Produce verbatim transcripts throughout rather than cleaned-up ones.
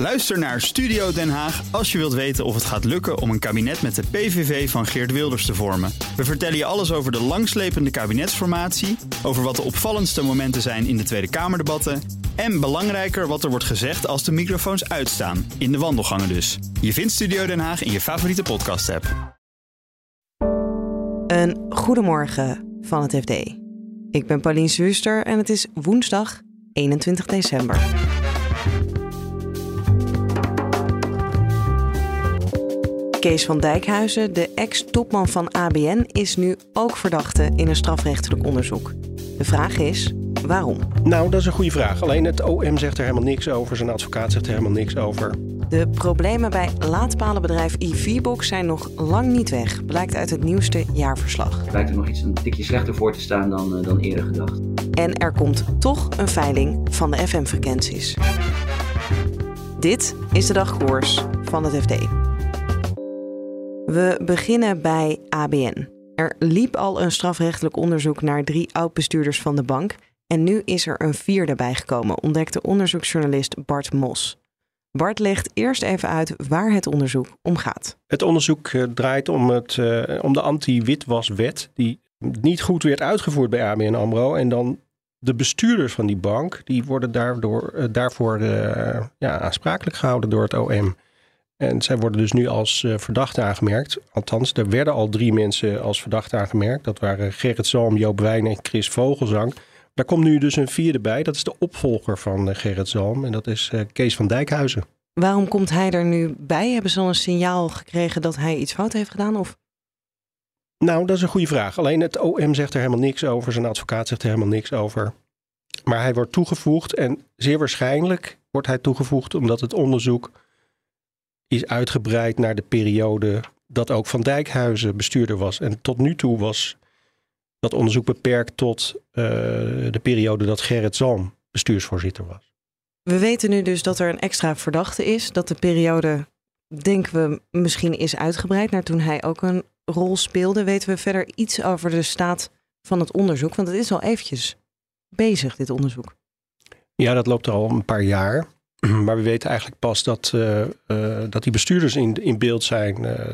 Luister naar Studio Den Haag als je wilt weten of het gaat lukken om een kabinet met de P V V van Geert Wilders te vormen. We vertellen je alles over de langslepende kabinetsformatie, over wat de opvallendste momenten zijn in de Tweede Kamerdebatten en belangrijker wat er wordt gezegd als de microfoons uitstaan, in de wandelgangen dus. Je vindt Studio Den Haag in je favoriete podcast-app. Een goedemorgen van het F D. Ik ben Paulien Zwuster en het is woensdag eenentwintig december. Kees van Dijkhuizen, de ex-topman van A B N, is nu ook verdachte in een strafrechtelijk onderzoek. De vraag is, waarom? Nou, dat is een goede vraag. Alleen het O M zegt er helemaal niks over. Zijn advocaat zegt er helemaal niks over. De problemen bij laadpalenbedrijf I V-Box zijn nog lang niet weg, blijkt uit het nieuwste jaarverslag. Het lijkt er nog iets een tikje slechter voor te staan dan, uh, dan eerder gedacht. En er komt toch een veiling van de F M-frequenties. Dit is de dagkoers van het F D. We beginnen bij A B N. Er liep al een strafrechtelijk onderzoek naar drie oud-bestuurders van de bank. En nu is er een vierde bijgekomen, ontdekte onderzoeksjournalist Bart Mos. Bart legt eerst even uit waar het onderzoek om gaat. Het onderzoek uh, draait om, het, uh, om de anti-witwaswet die niet goed werd uitgevoerd bij A B N AMRO. En dan de bestuurders van die bank, die worden daardoor, uh, daarvoor uh, ja, aansprakelijk gehouden door het O M. En zij worden dus nu als uh, verdachte aangemerkt. Althans, er werden al drie mensen als verdachte aangemerkt. Dat waren Gerrit Zalm, Joop Wijn en Chris Vogelzang. Daar komt nu dus een vierde bij. Dat is de opvolger van uh, Gerrit Zalm. En dat is uh, Kees van Dijkhuizen. Waarom komt hij er nu bij? Hebben ze al een signaal gekregen dat hij iets fout heeft gedaan? Of? Nou, dat is een goede vraag. Alleen het O M zegt er helemaal niks over. Zijn advocaat zegt er helemaal niks over. Maar hij wordt toegevoegd. En zeer waarschijnlijk wordt hij toegevoegd omdat het onderzoek is uitgebreid naar de periode dat ook Van Dijkhuizen bestuurder was. En tot nu toe was dat onderzoek beperkt tot uh, de periode dat Gerrit Zalm bestuursvoorzitter was. We weten nu dus dat er een extra verdachte is. Dat de periode, denken we, misschien is uitgebreid naar toen hij ook een rol speelde. Weten we verder iets over de staat van het onderzoek? Want het is al eventjes bezig, dit onderzoek. Ja, dat loopt al een paar jaar. Maar we weten eigenlijk pas dat, uh, uh, dat die bestuurders in, in beeld zijn uh,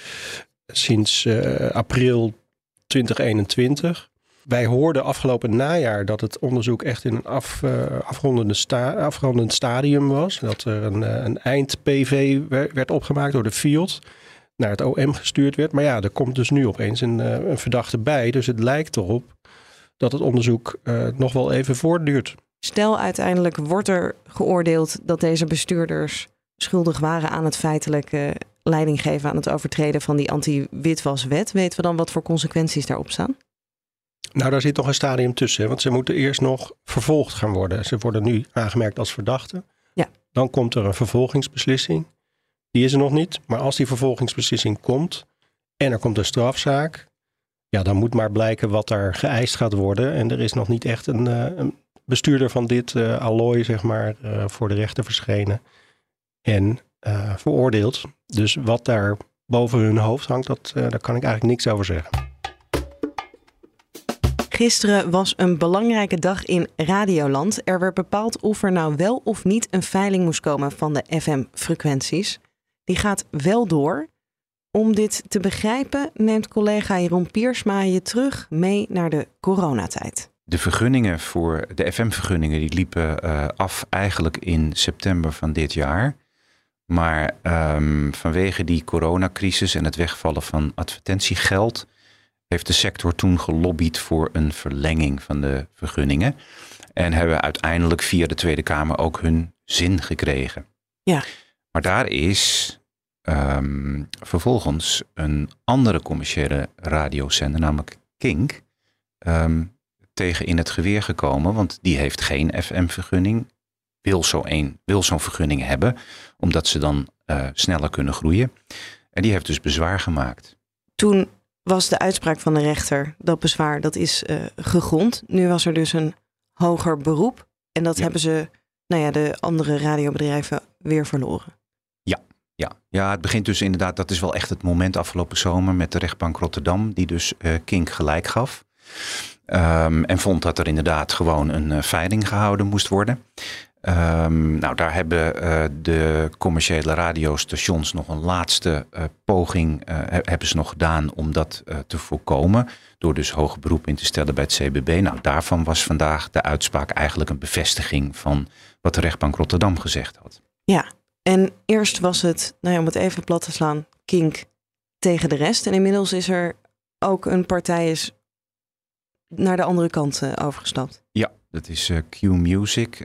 sinds uh, april twintig eenentwintig. Wij hoorden afgelopen najaar dat het onderzoek echt in een af, uh, afrondende sta, afrondend stadium was. Dat er een, een eind-P V werd opgemaakt door de Field, naar het O M gestuurd werd. Maar ja, er komt dus nu opeens een, een verdachte bij. Dus het lijkt erop dat het onderzoek uh, nog wel even voortduurt. Stel uiteindelijk wordt er geoordeeld dat deze bestuurders schuldig waren aan het feitelijke leiding geven aan het overtreden van die anti-witwaswet. Weten we dan wat voor consequenties daarop staan? Nou, daar zit nog een stadium tussen. Want ze moeten eerst nog vervolgd gaan worden. Ze worden nu aangemerkt als verdachten. Ja. Dan komt er een vervolgingsbeslissing. Die is er nog niet. Maar als die vervolgingsbeslissing komt en er komt een strafzaak, ja, dan moet maar blijken wat daar geëist gaat worden. En er is nog niet echt een, een bestuurder van dit uh, allooi, zeg maar, uh, voor de rechter verschenen en uh, veroordeeld. Dus wat daar boven hun hoofd hangt, dat, uh, daar kan ik eigenlijk niks over zeggen. Gisteren was een belangrijke dag in Radioland. Er werd bepaald of er nou wel of niet een veiling moest komen van de F M-frequenties. Die gaat wel door. Om dit te begrijpen neemt collega Jeroen Piersma je terug mee naar de coronatijd. De vergunningen voor de F M-vergunningen die liepen uh, af eigenlijk in september van dit jaar. Maar um, vanwege die coronacrisis en het wegvallen van advertentiegeld heeft de sector toen gelobbyd voor een verlenging van de vergunningen. En hebben uiteindelijk via de Tweede Kamer ook hun zin gekregen. Ja. Maar daar is um, vervolgens een andere commerciële radiozender, namelijk Kink, um, tegen in het geweer gekomen. Want die heeft geen F M-vergunning. Wil, zo een, wil zo'n vergunning hebben, omdat ze dan uh, sneller kunnen groeien. En die heeft dus bezwaar gemaakt. Toen was de uitspraak van de rechter, dat bezwaar, dat is uh, gegrond. Nu was er dus een hoger beroep. En dat ja. hebben ze, nou ja, de andere radiobedrijven weer verloren. Ja, ja. ja, het begint dus inderdaad, dat is wel echt het moment afgelopen zomer met de rechtbank Rotterdam, die dus uh, Kink gelijk gaf. Um, en vond dat er inderdaad gewoon een uh, veiling gehouden moest worden. Um, nou, daar hebben uh, de commerciële radiostations nog een laatste uh, poging uh, hebben ze nog gedaan om dat uh, te voorkomen. Door dus hoger beroep in te stellen bij het C B B. Nou, daarvan was vandaag de uitspraak eigenlijk een bevestiging van wat de rechtbank Rotterdam gezegd had. Ja, en eerst was het, nou ja, om het even plat te slaan, Kink tegen de rest. En inmiddels is er ook een partij is naar de andere kant uh, overgestapt. Ja, dat is uh, Q Music.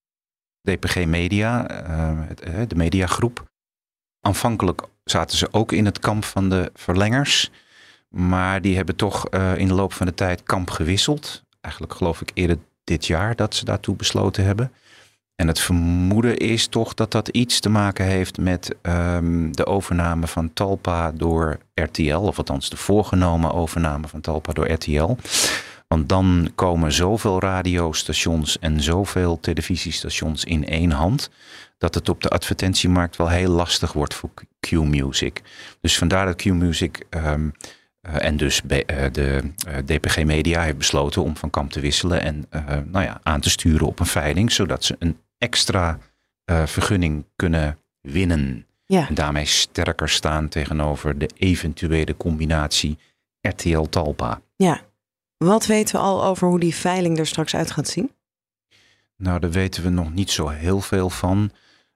D P G Media, uh, de mediagroep. Aanvankelijk zaten ze ook in het kamp van de verlengers. Maar die hebben toch uh, in de loop van de tijd kamp gewisseld. Eigenlijk geloof ik eerder dit jaar dat ze daartoe besloten hebben. En het vermoeden is toch dat dat iets te maken heeft met um, de overname van Talpa door R T L. Of althans de voorgenomen overname van Talpa door R T L. Want dan komen zoveel radiostations en zoveel televisiestations in één hand, dat het op de advertentiemarkt wel heel lastig wordt voor Q Music. Dus vandaar dat Q Music um, uh, en dus B, uh, de uh, D P G Media heeft besloten om van kamp te wisselen en uh, nou ja, aan te sturen op een veiling, zodat ze een extra uh, vergunning kunnen winnen. Ja. En daarmee sterker staan tegenover de eventuele combinatie R T L-Talpa. Ja. Wat weten we al over hoe die veiling er straks uit gaat zien? Nou, daar weten we nog niet zo heel veel van.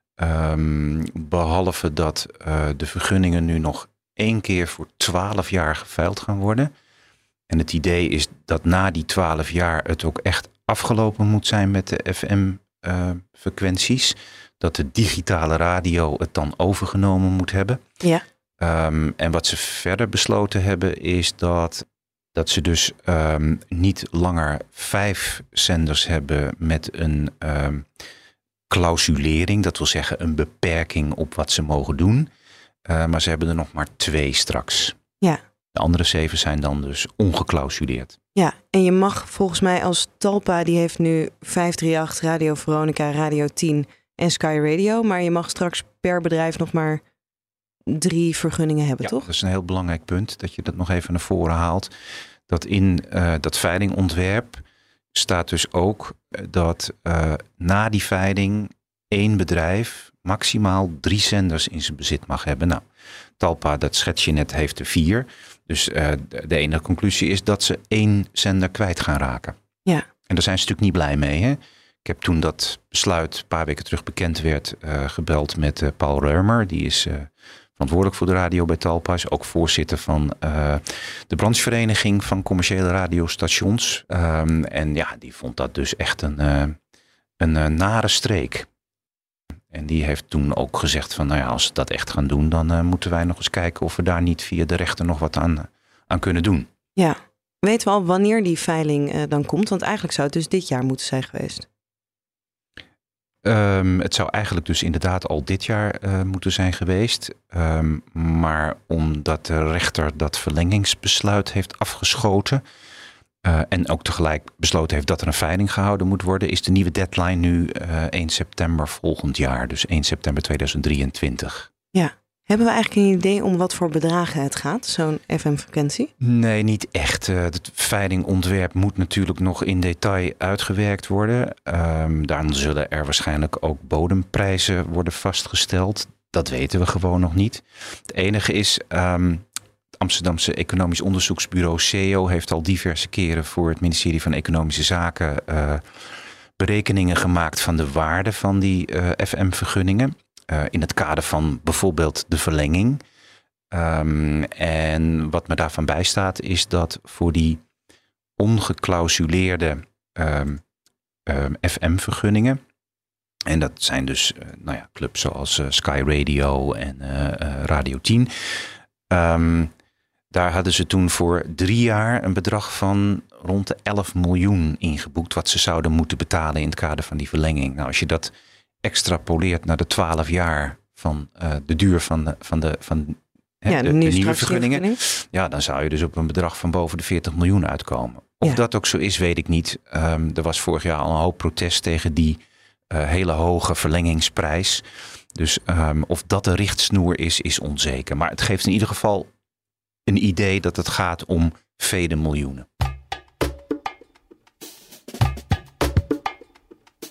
Um, behalve dat uh, de vergunningen nu nog één keer voor twaalf jaar geveild gaan worden. En het idee is dat na die twaalf jaar het ook echt afgelopen moet zijn met de F M-frequenties. Uh, dat de digitale radio het dan overgenomen moet hebben. Ja. Um, en wat ze verder besloten hebben is dat... Dat ze dus um, niet langer vijf zenders hebben met een um, clausulering. Dat wil zeggen een beperking op wat ze mogen doen. Uh, maar ze hebben er nog maar twee straks. Ja. De andere zeven zijn dan dus ongeclausuleerd. Ja, en je mag volgens mij als Talpa, die heeft nu vijf drie acht, Radio Veronica, Radio tien en Sky Radio. Maar je mag straks per bedrijf nog maar drie vergunningen hebben, ja, toch? Dat is een heel belangrijk punt, dat je dat nog even naar voren haalt. Dat in uh, dat veilingontwerp staat dus ook dat uh, na die veiling één bedrijf maximaal drie zenders in zijn bezit mag hebben. Nou, Talpa, dat schets je net, heeft er vier. Dus uh, de enige conclusie is dat ze één zender kwijt gaan raken. Ja. En daar zijn ze natuurlijk niet blij mee, hè? Ik heb toen dat besluit een paar weken terug bekend werd uh, gebeld met uh, Paul Reumer. Die is uh, verantwoordelijk voor de radio bij Talpa. Is ook voorzitter van uh, de branchevereniging van commerciële radiostations. Um, en ja, die vond dat dus echt een, uh, een uh, nare streek. En die heeft toen ook gezegd van, nou ja, als ze dat echt gaan doen, dan uh, moeten wij nog eens kijken of we daar niet via de rechter nog wat aan, uh, aan kunnen doen. Ja. Weten we al wanneer die veiling uh, dan komt? Want eigenlijk zou het dus dit jaar moeten zijn geweest. Um, het zou eigenlijk dus inderdaad al dit jaar uh, moeten zijn geweest. Um, maar omdat de rechter dat verlengingsbesluit heeft afgeschoten... Uh, en ook tegelijk besloten heeft dat er een veiling gehouden moet worden... is de nieuwe deadline nu uh, één september volgend jaar. Dus één september tweeduizend drieëntwintig. Ja. Hebben we eigenlijk een idee om wat voor bedragen het gaat, zo'n F M-frequentie? Nee, niet echt. Uh, het veilingontwerp moet natuurlijk nog in detail uitgewerkt worden. Um, daarom zullen er waarschijnlijk ook bodemprijzen worden vastgesteld. Dat weten we gewoon nog niet. Het enige is... Um, Amsterdamse Economisch Onderzoeksbureau C E O heeft al diverse keren voor het ministerie van Economische Zaken uh, berekeningen gemaakt van de waarde van die uh, F M-vergunningen. Uh, in het kader van bijvoorbeeld de verlenging. Um, en wat me daarvan bijstaat is dat voor die ongeclausuleerde um, um, F M-vergunningen... en dat zijn dus uh, nou ja, clubs zoals uh, Sky Radio en uh, uh, Radio tien... Um, Daar hadden ze toen voor drie jaar een bedrag van rond de elf miljoen ingeboekt... wat ze zouden moeten betalen in het kader van die verlenging. Nou, als je dat extrapoleert naar de twaalf jaar van uh, de duur van de, van de, van, hè, ja, de, de, de nieuwe vergunningen... vergunning. Ja, dan zou je dus op een bedrag van boven de veertig miljoen uitkomen. Of Ja. dat ook zo is, weet ik niet. Um, er was vorig jaar al een hoop protest tegen die uh, hele hoge verlengingsprijs... Dus um, of dat de richtsnoer is, is onzeker. Maar het geeft in ieder geval een idee dat het gaat om vele miljoenen.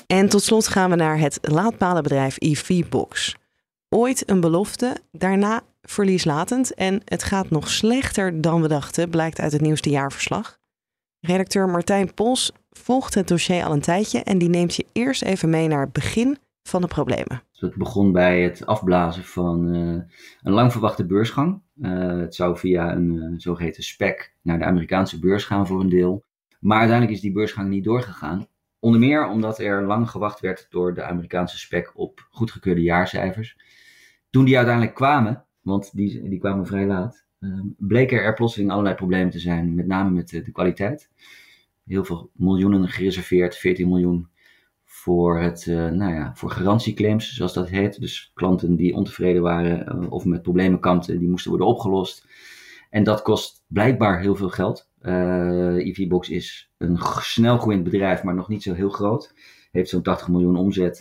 En tot slot gaan we naar het laadpalenbedrijf E V-Box. Ooit een belofte, daarna verlieslatend en het gaat nog slechter dan we dachten, blijkt uit het nieuwste jaarverslag. Redacteur Martijn Pols volgt het dossier al een tijdje en die neemt je eerst even mee naar het begin van de problemen. Het begon bij het afblazen van uh, een lang verwachte beursgang. Uh, het zou via een uh, zogeheten spec naar de Amerikaanse beurs gaan voor een deel. Maar uiteindelijk is die beursgang niet doorgegaan. Onder meer omdat er lang gewacht werd door de Amerikaanse spec op goedgekeurde jaarcijfers. Toen die uiteindelijk kwamen, want die, die kwamen vrij laat, uh, bleken er plotseling allerlei problemen te zijn. Met name met de, de kwaliteit. Heel veel miljoenen gereserveerd, veertien miljoen voor, het, uh, nou ja, voor garantieclaims, zoals dat heet. Dus klanten die ontevreden waren uh, of met problemen kampten, die moesten worden opgelost. En dat kost blijkbaar heel veel geld. Uh, E V-Box is een snel groeiend bedrijf, maar nog niet zo heel groot. Heeft zo'n tachtig miljoen omzet.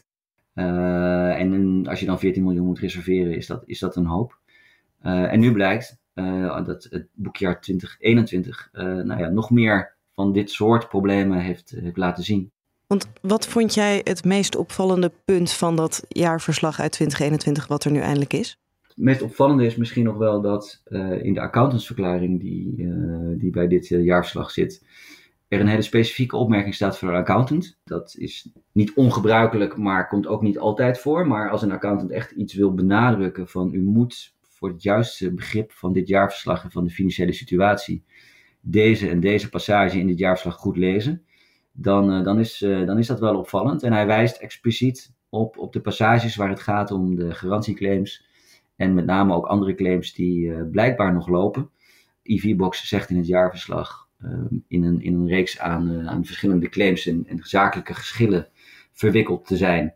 Uh, en als je dan veertien miljoen moet reserveren, is dat, is dat een hoop. Uh, en nu blijkt uh, dat het boekjaar twintig eenentwintig uh, nou ja, nog meer van dit soort problemen heeft, heeft laten zien. Want wat vond jij het meest opvallende punt van dat jaarverslag uit twintig eenentwintig wat er nu eindelijk is? Het meest opvallende is misschien nog wel dat uh, in de accountantsverklaring die, uh, die bij dit uh, jaarverslag zit, er een hele specifieke opmerking staat voor een accountant. Dat is niet ongebruikelijk, maar komt ook niet altijd voor. Maar als een accountant echt iets wil benadrukken van u moet voor het juiste begrip van dit jaarverslag en van de financiële situatie deze en deze passage in dit jaarverslag goed lezen, dan, uh, dan, is, uh, dan is dat wel opvallend. En hij wijst expliciet op, op de passages waar het gaat om de garantieclaims en met name ook andere claims die uh, blijkbaar nog lopen. E V-Box zegt in het jaarverslag uh, in, een, in een reeks aan, uh, aan verschillende claims en, en zakelijke geschillen verwikkeld te zijn,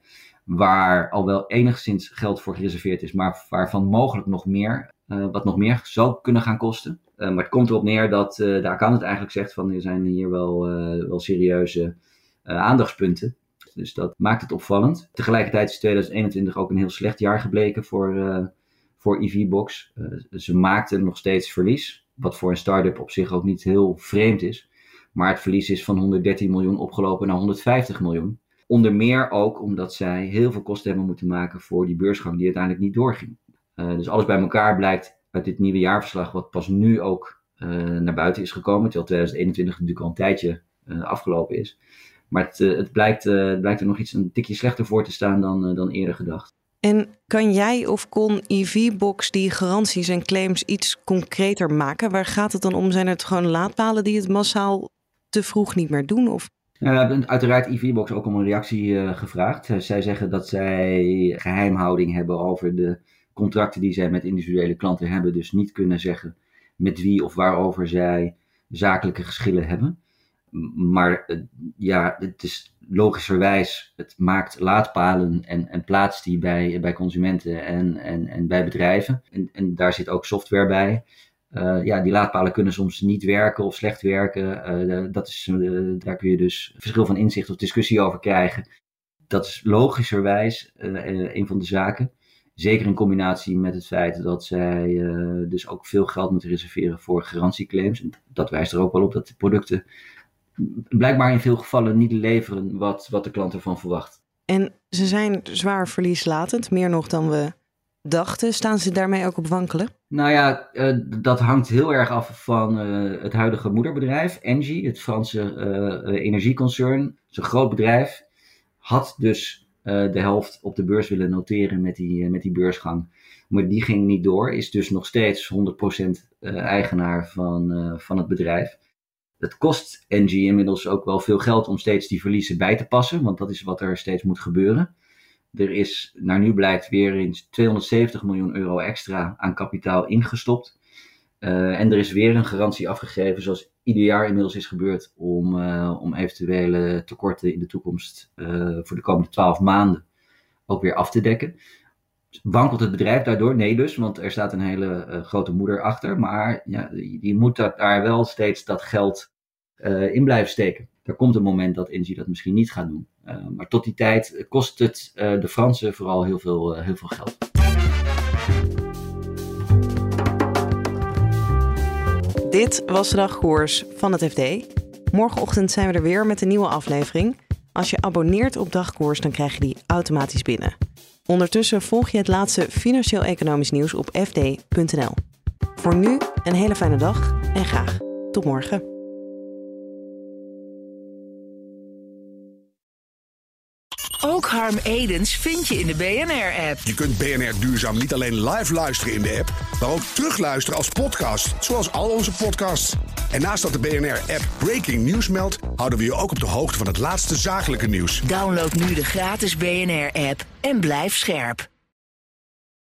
waar al wel enigszins geld voor gereserveerd is, maar waarvan mogelijk nog meer, uh, wat nog meer zou kunnen gaan kosten. Uh, maar het komt erop neer dat uh, de accountant eigenlijk zegt van er zijn hier wel, uh, wel serieuze uh, aandachtspunten. Dus dat maakt het opvallend. Tegelijkertijd is twintig eenentwintig ook een heel slecht jaar gebleken voor, uh, voor E V-Box. Uh, ze maakten nog steeds verlies, wat voor een start-up op zich ook niet heel vreemd is. Maar het verlies is van honderddertien miljoen opgelopen naar honderdvijftig miljoen. Onder meer ook omdat zij heel veel kosten hebben moeten maken voor die beursgang die uiteindelijk niet doorging. Uh, dus alles bij elkaar blijkt uit dit nieuwe jaarverslag, wat pas nu ook uh, naar buiten is gekomen, terwijl twintig eenentwintig natuurlijk al een tijdje uh, afgelopen is. Maar het, uh, het, blijkt, uh, het blijkt er nog iets een tikje slechter voor te staan dan, uh, dan eerder gedacht. En kan jij of kon E V-Box die garanties en claims iets concreter maken? Waar gaat het dan om? Zijn het gewoon laadpalen die het massaal te vroeg niet meer doen? Of? Ja, we hebben uiteraard E V-Box ook om een reactie uh, gevraagd. Uh, zij zeggen dat zij geheimhouding hebben over de contracten die zij met individuele klanten hebben. Dus niet kunnen zeggen met wie of waarover zij zakelijke geschillen hebben. Maar uh, ja, het is logischerwijs, het maakt laadpalen en, en plaatst die bij, bij consumenten en, en, en bij bedrijven. En, en daar zit ook software bij. Uh, ja, die laadpalen kunnen soms niet werken of slecht werken. Uh, dat is, uh, daar kun je dus verschil van inzicht of discussie over krijgen. Dat is logischerwijs uh, uh, een van de zaken. Zeker in combinatie met het feit dat zij uh, dus ook veel geld moeten reserveren voor garantieclaims. En dat wijst er ook wel op dat de producten blijkbaar in veel gevallen niet leveren wat, wat de klant ervan verwacht. En ze zijn zwaar verlieslatend, meer nog dan we dachten. Staan ze daarmee ook op wankelen? Nou ja, uh, dat hangt heel erg af van uh, het huidige moederbedrijf, Engie, het Franse uh, uh, energieconcern. Het is een groot bedrijf. Had dus uh, de helft op de beurs willen noteren met die, uh, met die beursgang. Maar die ging niet door, is dus nog steeds honderd procent uh, eigenaar van, uh, van het bedrijf. Het kost Engie inmiddels ook wel veel geld om steeds die verliezen bij te passen, want dat is wat er steeds moet gebeuren. Er is, naar nu blijkt, weer eens tweehonderdzeventig miljoen euro extra aan kapitaal ingestopt. Uh, en er is weer een garantie afgegeven, zoals ieder jaar inmiddels is gebeurd, om, uh, om eventuele tekorten in de toekomst uh, voor de komende twaalf maanden ook weer af te dekken. Wankelt het bedrijf daardoor? Nee dus, want er staat een hele uh, grote moeder achter. Maar ja, die, die moet dat, daar wel steeds dat geld uh, in blijven steken. Er komt een moment dat Engie dat misschien niet gaat doen. Uh, maar tot die tijd kost het uh, de Fransen vooral heel veel, uh, heel veel geld. Dit was de dagkoers van het F D. Morgenochtend zijn we er weer met een nieuwe aflevering. Als je abonneert op Dagkoers, dan krijg je die automatisch binnen. Ondertussen volg je het laatste financieel-economisch nieuws op f d punt n l. Voor nu een hele fijne dag en graag tot morgen. Ook Harm Edens vind je in de B N R-app. Je kunt B N R Duurzaam niet alleen live luisteren in de app, maar ook terugluisteren als podcast, zoals al onze podcasts. En naast dat de B N R-app Breaking News meldt, houden we je ook op de hoogte van het laatste zakelijke nieuws. Download nu de gratis B N R-app en blijf scherp.